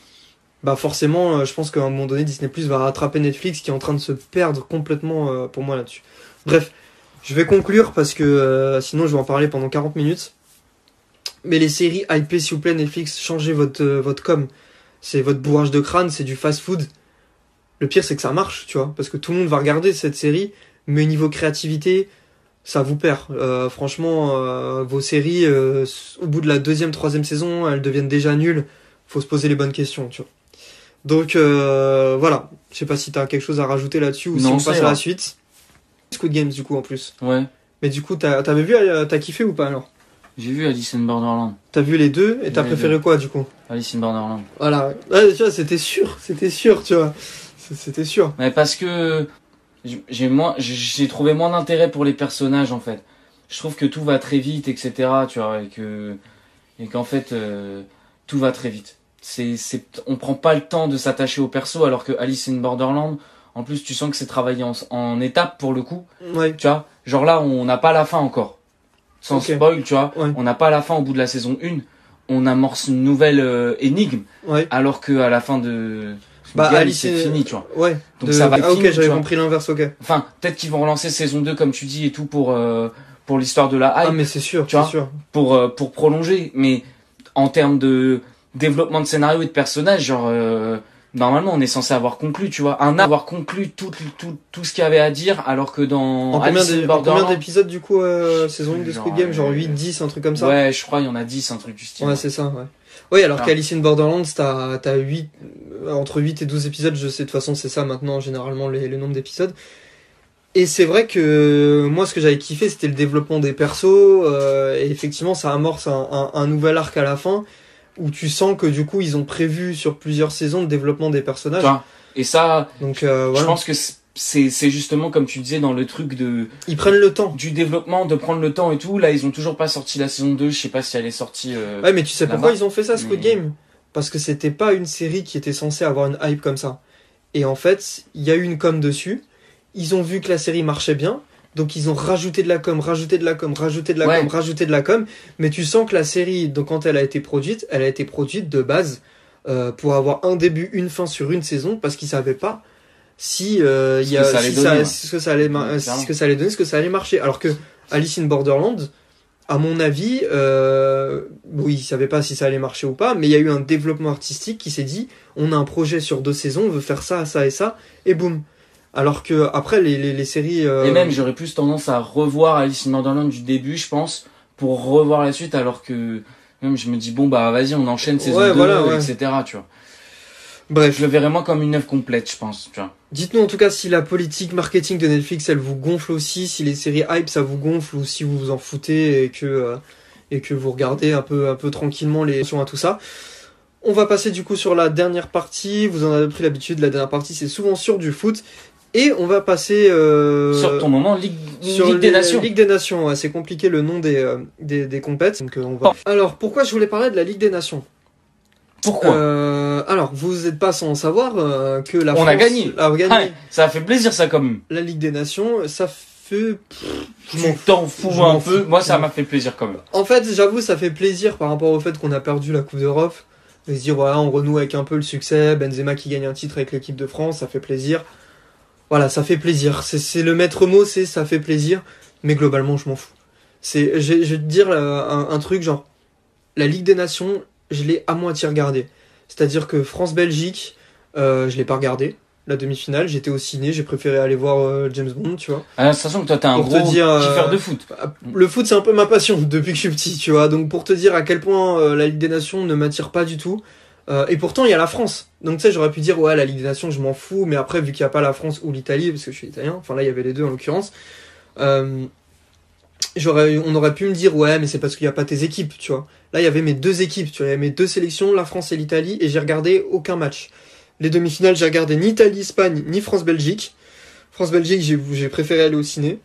bah forcément, euh, je pense qu'à un moment donné, Disney Plus va rattraper Netflix qui est en train de se perdre complètement euh, pour moi là-dessus. Bref, Je vais conclure parce que euh, sinon je vais en parler pendant quarante minutes. Mais les séries hypées, s'il vous plaît, Netflix, changez votre, euh, votre com. C'est votre bourrage de crâne, c'est du fast-food. Le pire, c'est que ça marche, tu vois, parce que tout le monde va regarder cette série, mais niveau créativité, ça vous perd. Euh, franchement, euh, vos séries, euh, au bout de la deuxième, troisième saison, elles deviennent déjà nulles. Faut se poser les bonnes questions, tu vois. Donc euh, voilà, je sais pas si t'as quelque chose à rajouter là-dessus ou si Non, on ça passe à ira. la suite. Squid Games du coup en plus. Ouais. Mais du coup, t'as, t'avais vu, euh, t'as kiffé ou pas alors? J'ai vu Alice in Borderland. T'as vu les deux et t'as Les préféré deux. quoi du coup? Alice in Borderland. Voilà, ouais, tu vois, c'était sûr, c'était sûr, tu vois. C'était sûr. Mais parce que j'ai moins, j'ai trouvé moins d'intérêt pour les personnages en fait. Je trouve que tout va très vite, et cetera. Tu vois, et que et qu'en fait euh, tout va très vite. C'est, c'est, on prend pas le temps de s'attacher au perso, alors que Alice in Borderland, en plus tu sens que c'est travaillé en, en étapes pour le coup. Ouais. Tu vois, genre là on n'a pas la fin encore. Sans Ok. spoil, tu vois, Ouais. on n'a pas la fin au bout de la saison un. On amorce une nouvelle euh, énigme, Ouais. alors que à la fin de Bah, Game, Alice c'est in- fini, tu vois. Ouais. Donc de- ça va Ah ok, fini, tu j'avais vois. compris l'inverse, ok. Enfin, peut-être qu'ils vont relancer saison deux comme tu dis et tout pour euh, pour l'histoire de la hype, Ah mais c'est sûr, tu c'est vois. sûr. pour euh, pour prolonger. Mais en termes de développement de scénario et de personnages, genre euh, normalement on est censé avoir conclu, tu vois, un avoir conclu tout tout tout ce qu'il y avait à dire, alors que dans En combien, Alice in d'é- en combien Borderland, d'épisodes du coup euh, saison un de Genre, Squid Game? Genre euh, huit, dix, un truc comme ça? ouais, je crois il y en a dix, un truc du style. Ouais, c'est ça, ouais. Oui, alors Ah. qu'Alice in Borderlands, t'as, t'as huit, euh, entre huit et douze épisodes, je sais, de toute façon, c'est ça maintenant, généralement, les, le nombre d'épisodes. Et c'est vrai que moi, ce que j'avais kiffé, c'était le développement des persos, euh, et effectivement, ça amorce un, un, un nouvel arc à la fin, où tu sens que du coup, ils ont prévu sur plusieurs saisons le développement des Tu personnages. vois. Et ça, Donc, euh, je voilà. pense que c'est c'est justement comme tu disais dans le truc de Ils prennent le temps. du développement, de prendre le temps et tout. Là, ils ont toujours pas sorti la saison deux. Je sais pas si elle est sortie. Euh... Ouais, mais tu sais là-bas. pourquoi ils ont fait ça, Squid Mais- Game? Parce que c'était pas une série qui était censée avoir une hype comme ça. Et en fait, il y a eu une com dessus. Ils ont vu que la série marchait bien. Donc ils ont rajouté de la com, rajouté de la com, rajouté de la Ouais. com, rajouté de la com. Mais tu sens que la série, donc quand elle a été produite, elle a été produite de base euh, pour avoir un début, une fin sur une saison, parce qu'ils savaient pas si euh, il y a Ce que ça allait si donner, ça- ouais. ce que ça allait mar- Ouais, ce clairement. que ça allait donner, ce que ça allait marcher. Alors que Alice in Borderland, à mon avis, euh, oui, ils savaient pas si ça allait marcher ou pas, mais il y a eu un développement artistique qui s'est dit, on a un projet sur deux saisons, on veut faire ça, ça et ça, et boum. Alors que après les, les, les séries, euh, Et même, j'aurais plus tendance à revoir Alice in Borderland du début, je pense, pour revoir la suite, alors que même je me dis bon bah vas-y, on enchaîne saison Ouais, deux, voilà, ouais. et cetera. Tu vois. bref. Je le verrais moins comme une œuvre complète, je pense. Tu vois. Dites-nous en tout cas si la politique marketing de Netflix elle vous gonfle aussi, si les séries hype ça vous gonfle ou si vous vous en foutez et que euh, et que vous regardez un peu un peu tranquillement les sur à tout ça. On va passer du coup sur la dernière partie. Vous en avez pris l'habitude. La dernière partie c'est souvent sur du foot et on va passer euh, Sur ton moment, Ligue, sur Ligue des les- Nations. Ligue des Nations. Ouais, c'est compliqué le nom des euh, des des compètes. Donc euh, on va. Alors pourquoi je voulais parler de la Ligue des Nations? Pourquoi Euh, alors vous n'êtes pas sans savoir euh, que la On France a gagné. a gagné Ouais, ça a fait plaisir ça quand même. la Ligue des Nations. Ça fait. Je m'en Tu fous. t'en fous Je m'en un peu. fous. Moi, ça m'a fait plaisir quand même. En fait, j'avoue, ça fait plaisir par rapport au fait qu'on a perdu la Coupe d'Europe. De se dire, voilà, on renoue avec un peu le succès. Benzema qui gagne un titre avec l'équipe de France, ça fait plaisir. Voilà, ça fait plaisir. C'est, c'est le maître mot, c'est ça fait plaisir. Mais globalement, je m'en fous. C'est, je, je vais te dire euh, un, un truc genre, la Ligue des Nations, je l'ai à moitié regardé. C'est-à-dire que France-Belgique, euh, je l'ai pas regardé. La demi-finale, j'étais au ciné, j'ai préféré aller voir euh, James Bond, tu vois. Ah, de toute façon, que toi, t'es un Pour te gros dire, euh, kiffeur de foot. Le foot, c'est un peu ma passion depuis que je suis petit, tu vois. Donc pour te dire à quel point euh, la Ligue des Nations ne m'attire pas du tout. Euh, et pourtant, il y a la France. Donc tu sais, j'aurais pu dire, ouais, la Ligue des Nations, je m'en fous. Mais après, vu qu'il n'y a pas la France ou l'Italie, parce que je suis italien, enfin là, il y avait les deux en l'occurrence, euh, j'aurais, on aurait pu me dire, ouais, mais c'est parce qu'il n'y a pas tes équipes, tu vois. Là, il y avait mes deux équipes, tu vois. Il y avait mes deux sélections, la France et l'Italie, et j'ai regardé aucun match. Les demi-finales, j'ai regardé ni Italie-Espagne, ni France-Belgique. France-Belgique, j'ai, j'ai préféré aller au ciné.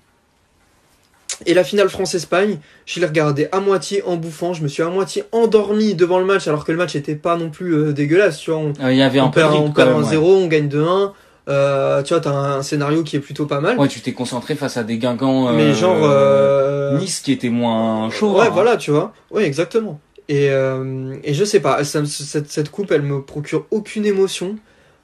Et la finale France-Espagne, je l'ai regardé à moitié en bouffant, je me suis à moitié endormi devant le match, alors que le match était pas non plus euh, dégueulasse, tu vois. On, Euh, Il y avait un on peu de perd, rythme on quand perd même. un Ouais. zéro, on gagne deux un. Euh, tu vois, t'as un, un scénario qui est plutôt pas mal. Ouais, tu t'es concentré face à des Guingamp. Euh, mais genre... Euh... Nice qui était moins chaud. Ouais, hein. voilà, tu vois. Ouais, exactement. Et, euh, et je sais pas, ça, cette, cette coupe, elle me procure aucune émotion.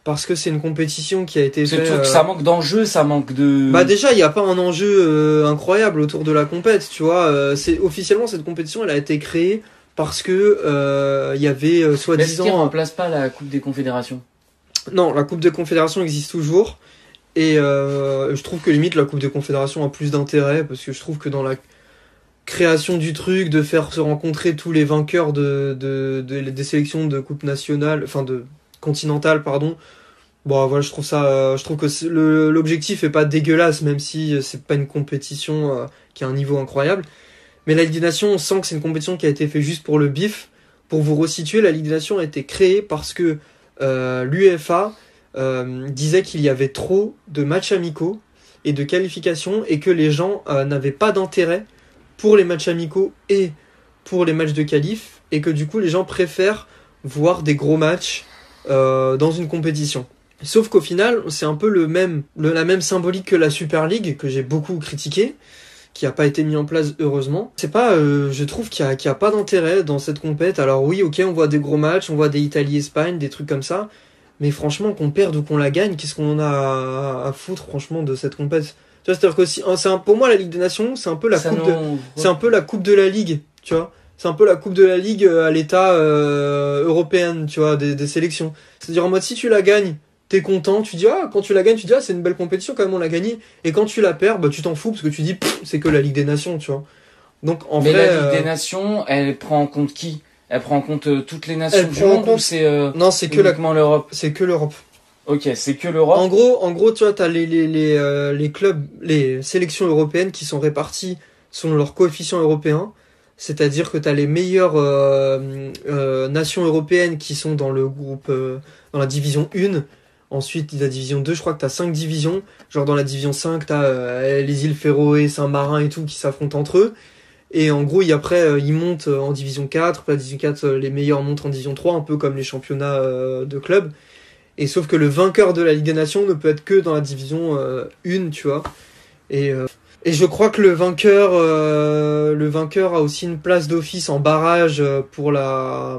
parce que c'est une compétition qui a été C'est faite. tout- euh, Ça manque d'enjeu, ça manque de. Bah déjà, il n'y a pas un enjeu euh, incroyable autour de la compète, tu vois. Euh, c'est officiellement cette compétition, elle a été créée parce que euh, il y avait euh, Mais est-ce qu'il soi-disant. remplace pas la Coupe des Confédérations? Non, la Coupe des Confédérations existe toujours. Et euh, je trouve que limite la Coupe des Confédérations a plus d'intérêt parce que je trouve que dans la création du truc, de faire se rencontrer tous les vainqueurs de, de, de- des sélections de Coupe nationale, enfin de continentale, pardon. Bon, voilà, je trouve ça, euh, je trouve que c'est- le- l'objectif est pas dégueulasse, même si euh, c'est pas une compétition euh, qui a un niveau incroyable. Mais la Ligue des Nations, on sent que c'est une compétition qui a été faite juste pour le bif. Pour vous resituer, la Ligue des Nations a été créée parce que euh, l'UEFA euh, disait qu'il y avait trop de matchs amicaux et de qualifications et que les gens euh, n'avaient pas d'intérêt pour les matchs amicaux et pour les matchs de qualif et que du coup les gens préfèrent voir des gros matchs euh, dans une compétition. Sauf qu'au final, c'est un peu le même, le- la même symbolique que la Super League, que j'ai beaucoup critiqué, qui a pas été mis en place heureusement. C'est pas, euh, je trouve qu'il y a, qu'il y a pas d'intérêt dans cette compète. Alors oui, ok, on voit des gros matchs, on voit des Italie-Espagne, des trucs comme ça, mais franchement, qu'on perde ou qu'on la gagne, qu'est-ce qu'on en a à, à foutre franchement de cette compète? Tu vois, c'est-à-dire que si, hein, c'est un, pour moi la Ligue des Nations, c'est un peu la Ça coupe de, nous- c'est un peu la coupe de la Ligue, tu vois. C'est un peu la coupe de la Ligue euh, à l'état euh, européenne, tu vois, des, des sélections. C'est-à-dire en mode si tu la gagnes, t'es content, tu dis ah quand tu la gagnes, tu dis ah c'est une belle compétition quand même on l'a gagnée. Et quand tu la perds, bah tu t'en fous parce que tu dis pff, c'est que la Ligue des Nations, tu vois. Donc en Mais vrai, la Ligue euh, des Nations, elle prend en compte qui? Elle prend en compte euh, toutes les nations Elle du prend en monde compte- ou c'est euh, non c'est que la, uniquement l'Europe? c'est que l'Europe. Ok, c'est que l'Europe. En gros, en gros, tu vois, t'as les les les euh, les clubs, les sélections européennes qui sont réparties selon leur coefficient européen. C'est-à-dire que t'as les meilleures euh, euh, nations européennes qui sont dans le groupe, euh, dans la division un. Ensuite, la division deux, je crois que t'as cinq divisions. Genre dans la division cinq, t'as euh, les îles Féroé, Saint-Marin et tout qui s'affrontent entre eux. Et en gros, il, après, euh, ils montent euh, en division quatre. Puis la division quatre, euh, les meilleurs montent en division trois, un peu comme les championnats euh, de clubs. Et sauf que le vainqueur de la Ligue des Nations ne peut être que dans la division euh, un, tu vois. Et, euh, et je crois que le vainqueur, euh, le vainqueur a aussi une place d'office en barrage euh, pour la...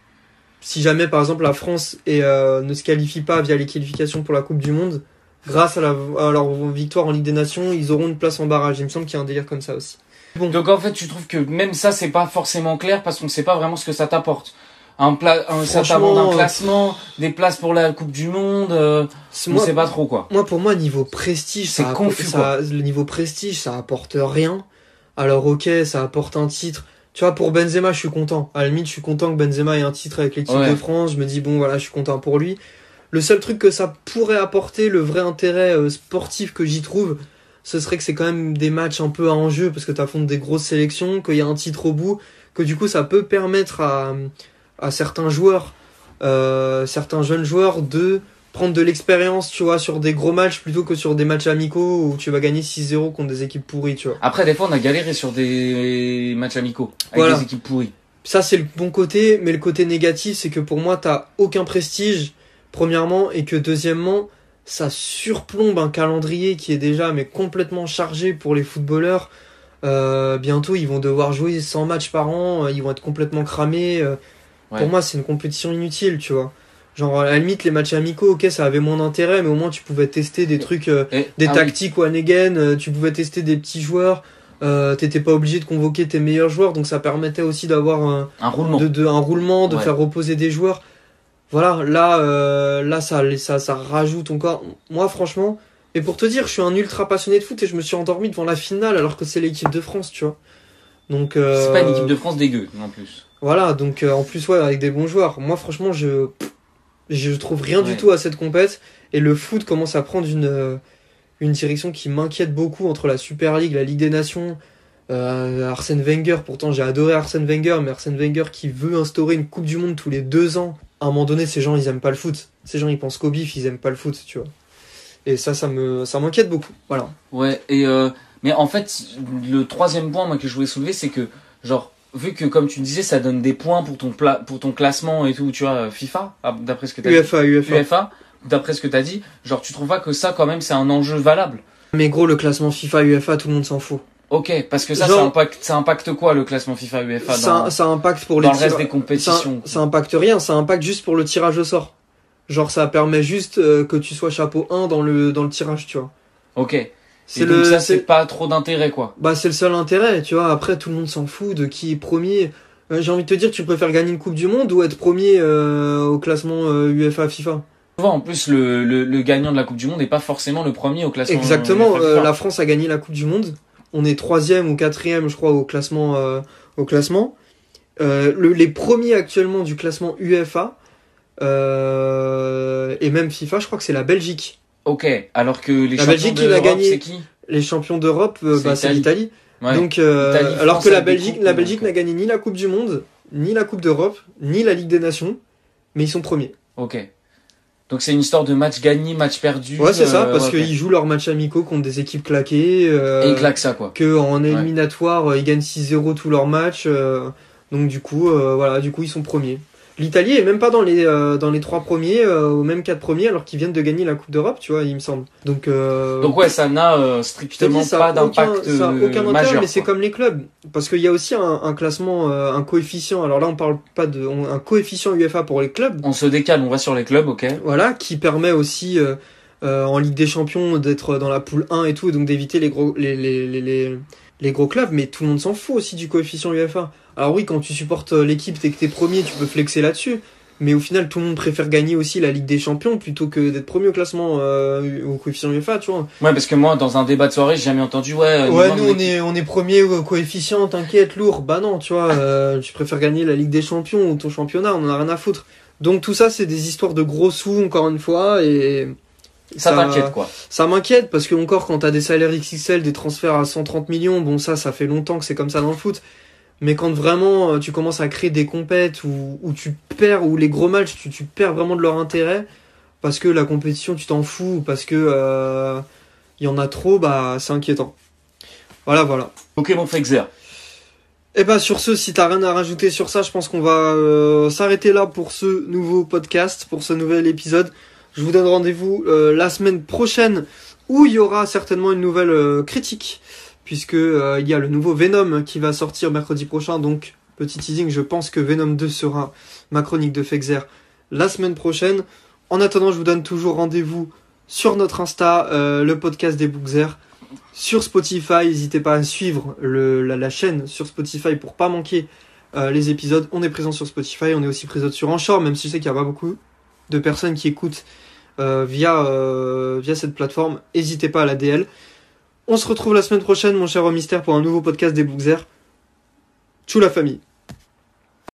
Si jamais, par exemple, la France est, euh, ne se qualifie pas via les qualifications pour la Coupe du Monde, grâce à, la, à leur victoire en Ligue des Nations, ils auront une place en barrage. Il me semble qu'il y a un délire comme ça aussi. Bon. Donc en fait, tu trouves que même ça, c'est pas forcément clair parce qu'on sait pas vraiment ce que ça t'apporte. Un pla... un, ça Franchement, t'amène un euh, classement, des places pour la Coupe du Monde, euh, C'est on moi, sait pas trop quoi. moi, pour moi, niveau prestige, C'est ça, confus, ça, le niveau prestige, ça apporte rien. Alors, ok, ça apporte un titre. Tu vois, pour Benzema, je suis content. À la limite, je suis content que Benzema ait un titre avec l'équipe Ouais. de France. Je me dis, bon, voilà, je suis content pour lui. Le seul truc que ça pourrait apporter, le vrai intérêt euh, sportif que j'y trouve, ce serait que c'est quand même des matchs un peu à enjeu parce que t'affrontes des grosses sélections, qu'il y a un titre au bout, que du coup, ça peut permettre à, à certains joueurs, euh, certains jeunes joueurs de prendre de l'expérience, tu vois, sur des gros matchs plutôt que sur des matchs amicaux où tu vas gagner six zéro contre des équipes pourries, tu vois. Après, des fois, on a galéré sur des matchs amicaux avec Voilà. des équipes pourries. Ça, c'est le bon côté, mais le côté négatif, c'est que pour moi, t'as aucun prestige, premièrement, et que deuxièmement, ça surplombe un calendrier qui est déjà mais complètement chargé pour les footballeurs. Euh, bientôt, ils vont devoir jouer cent matchs par an, euh, ils vont être complètement cramés. euh. Ouais. Pour moi, c'est une compétition inutile, tu vois. Genre, à la limite, les matchs amicaux, ok, ça avait moins d'intérêt, mais au moins, tu pouvais tester des trucs, euh, Et- des ah oui. tactiques one again, euh, tu pouvais tester des petits joueurs, euh, t'étais pas obligé de convoquer tes meilleurs joueurs, donc ça permettait aussi d'avoir un, Un roulement. de, de, un roulement, de Ouais. faire reposer des joueurs. Voilà, là, euh, là ça, ça, ça rajoute encore. Moi, franchement, et pour te dire, je suis un ultra passionné de foot et je me suis endormi devant la finale alors que c'est l'équipe de France, tu vois. Donc, euh, C'est pas une équipe de France dégueu, en plus. voilà, donc euh, en plus, ouais, avec des bons joueurs. Moi, franchement, je, je trouve rien du Ouais. tout à cette compète et le foot commence à prendre une, euh, une direction qui m'inquiète beaucoup entre la Super League, la Ligue des Nations. Euh, Arsène Wenger, pourtant j'ai adoré Arsène Wenger, mais Arsène Wenger qui veut instaurer une Coupe du Monde tous les deux ans. À un moment donné, ces gens ils aiment pas le foot. Ces gens ils pensent qu'au bif, ils aiment pas le foot, tu vois. Et ça, ça me, ça m'inquiète beaucoup. Voilà. Ouais, et euh, mais en fait, le troisième point moi, que je voulais soulever, c'est que, genre, vu que, comme tu disais, ça donne des points pour ton, pla- pour ton classement et tout, tu vois, FIFA, ah, d'après ce que t'as dit. UEFA, UEFA. UEFA, d'après ce que t'as dit, genre, tu trouves pas que ça, quand même, c'est un enjeu valable? Mais gros, le classement FIFA, UEFA, tout le monde s'en fout. Ok, parce que ça, Genre- ça, impacte, ça impacte quoi, le classement FIFA UEFA dans, Ça, ça impacte pour dans les le reste tira- des compétitions? Ça, ça impacte rien, ça impacte juste pour le tirage au sort. Genre, ça permet juste euh, que tu sois chapeau un dans le, dans le tirage, tu vois. Ok. C'est Et donc le, ça, c'est- c'est pas trop d'intérêt, quoi. Bah, c'est le seul intérêt, tu vois. Après, tout le monde s'en fout de qui est premier. Euh, j'ai envie de te dire, tu préfères gagner une Coupe du Monde ou être premier euh, au classement euh, UEFA FIFA? Souvent, en plus, le, le, le gagnant de la Coupe du Monde n'est pas forcément le premier au classement. Exactement, UEFA. euh, la France a gagné la Coupe du Monde. On est troisième ou quatrième, je crois, au classement. Euh, au classement. Euh, le- les premiers actuellement du classement UEFA euh, et même FIFA, je crois que c'est la Belgique. Ok, alors que les La champions Belgique, il a d'Europe, gagné. c'est qui? Les champions d'Europe, euh, C'est bah, c'est l'Italie. l'Italie. Ouais. Donc, euh, Italie, alors France que la avec des Belgique, coupes, la donc, Belgique euh. n'a gagné ni la Coupe du Monde, ni la Coupe d'Europe, ni la Ligue des Nations, mais ils sont premiers. Ok. Donc c'est une histoire de match gagné, match perdu. Ouais, c'est ça, euh, parce ouais, ok. qu'ils jouent leurs matchs amicaux contre des équipes claquées. Euh, Et ils claquent ça, quoi. que en éliminatoire, euh, ils gagnent six zéro tous leurs matchs. euh, donc du coup, euh, voilà, du coup, ils sont premiers. L'Italie est même pas dans les euh, dans les trois premiers, euh, ou même quatre premiers, alors qu'ils viennent de gagner la Coupe d'Europe, tu vois, il me semble. Donc, euh, Donc ouais, ça n'a euh, je te strictement dis, ça pas a aucun, d'impact ça a euh, aucun intérêt, majeur. mais c'est quoi. comme les clubs, parce qu'il y a aussi un, un classement, euh, un coefficient. Alors là, on parle pas de on- un coefficient UEFA pour les clubs, On se décale, on va sur les clubs, ok. voilà, qui permet aussi euh, euh, en Ligue des Champions d'être dans la poule un et tout, et donc d'éviter les gros les, les, les, les, les gros clubs, mais tout le monde s'en fout aussi du coefficient UEFA. Alors oui, quand tu supportes euh, l'équipe et que t'es premier, tu peux flexer là-dessus. Mais au final, tout le monde préfère gagner aussi la Ligue des Champions plutôt que d'être premier au classement euh, au coefficient UEFA, tu vois. Ouais, parce que moi, dans un débat de soirée, j'ai jamais entendu, ouais. Ouais, nous, nous on est on est premier au coefficient, t'inquiète, lourd. Bah non, tu vois, euh, tu préfères gagner la Ligue des Champions ou ton championnat, on en a rien à foutre. Donc tout ça, c'est des histoires de gros sous encore une fois et Ça t'inquiète, quoi. Ça m'inquiète parce que encore quand t'as des salaires X X L, des transferts à cent trente millions, bon ça, ça fait longtemps que c'est comme ça dans le foot. Mais quand vraiment euh, tu commences à créer des compètes où, où tu perds, où les gros matchs, tu, tu perds vraiment de leur intérêt parce que la compétition, tu t'en fous, ou parce que euh, il y en a trop, bah c'est inquiétant. Voilà, voilà. Ok, bon, Fexer. Et bah sur ce, si t'as rien à rajouter sur ça, je pense qu'on va euh, s'arrêter là pour ce nouveau podcast, pour ce nouvel épisode. Je vous donne rendez-vous euh, la semaine prochaine où il y aura certainement une nouvelle euh, critique, puisque euh, il y a le nouveau Venom qui va sortir mercredi prochain. Donc petit teasing, je pense que Venom deux sera ma chronique de Fexer la semaine prochaine. En attendant, je vous donne toujours rendez-vous sur notre Insta, euh, le podcast des Bookzer. Sur Spotify, n'hésitez pas à suivre le, la, la chaîne sur Spotify pour pas manquer euh, les épisodes. On est présent sur Spotify, on est aussi présent sur Anchor, même si je sais qu'il n'y a pas beaucoup de personnes qui écoutent euh, via, euh, via cette plateforme. N'hésitez pas à la D L. On se retrouve la semaine prochaine, mon cher Mystère, pour un nouveau podcast des Bookzer. Tchou la famille.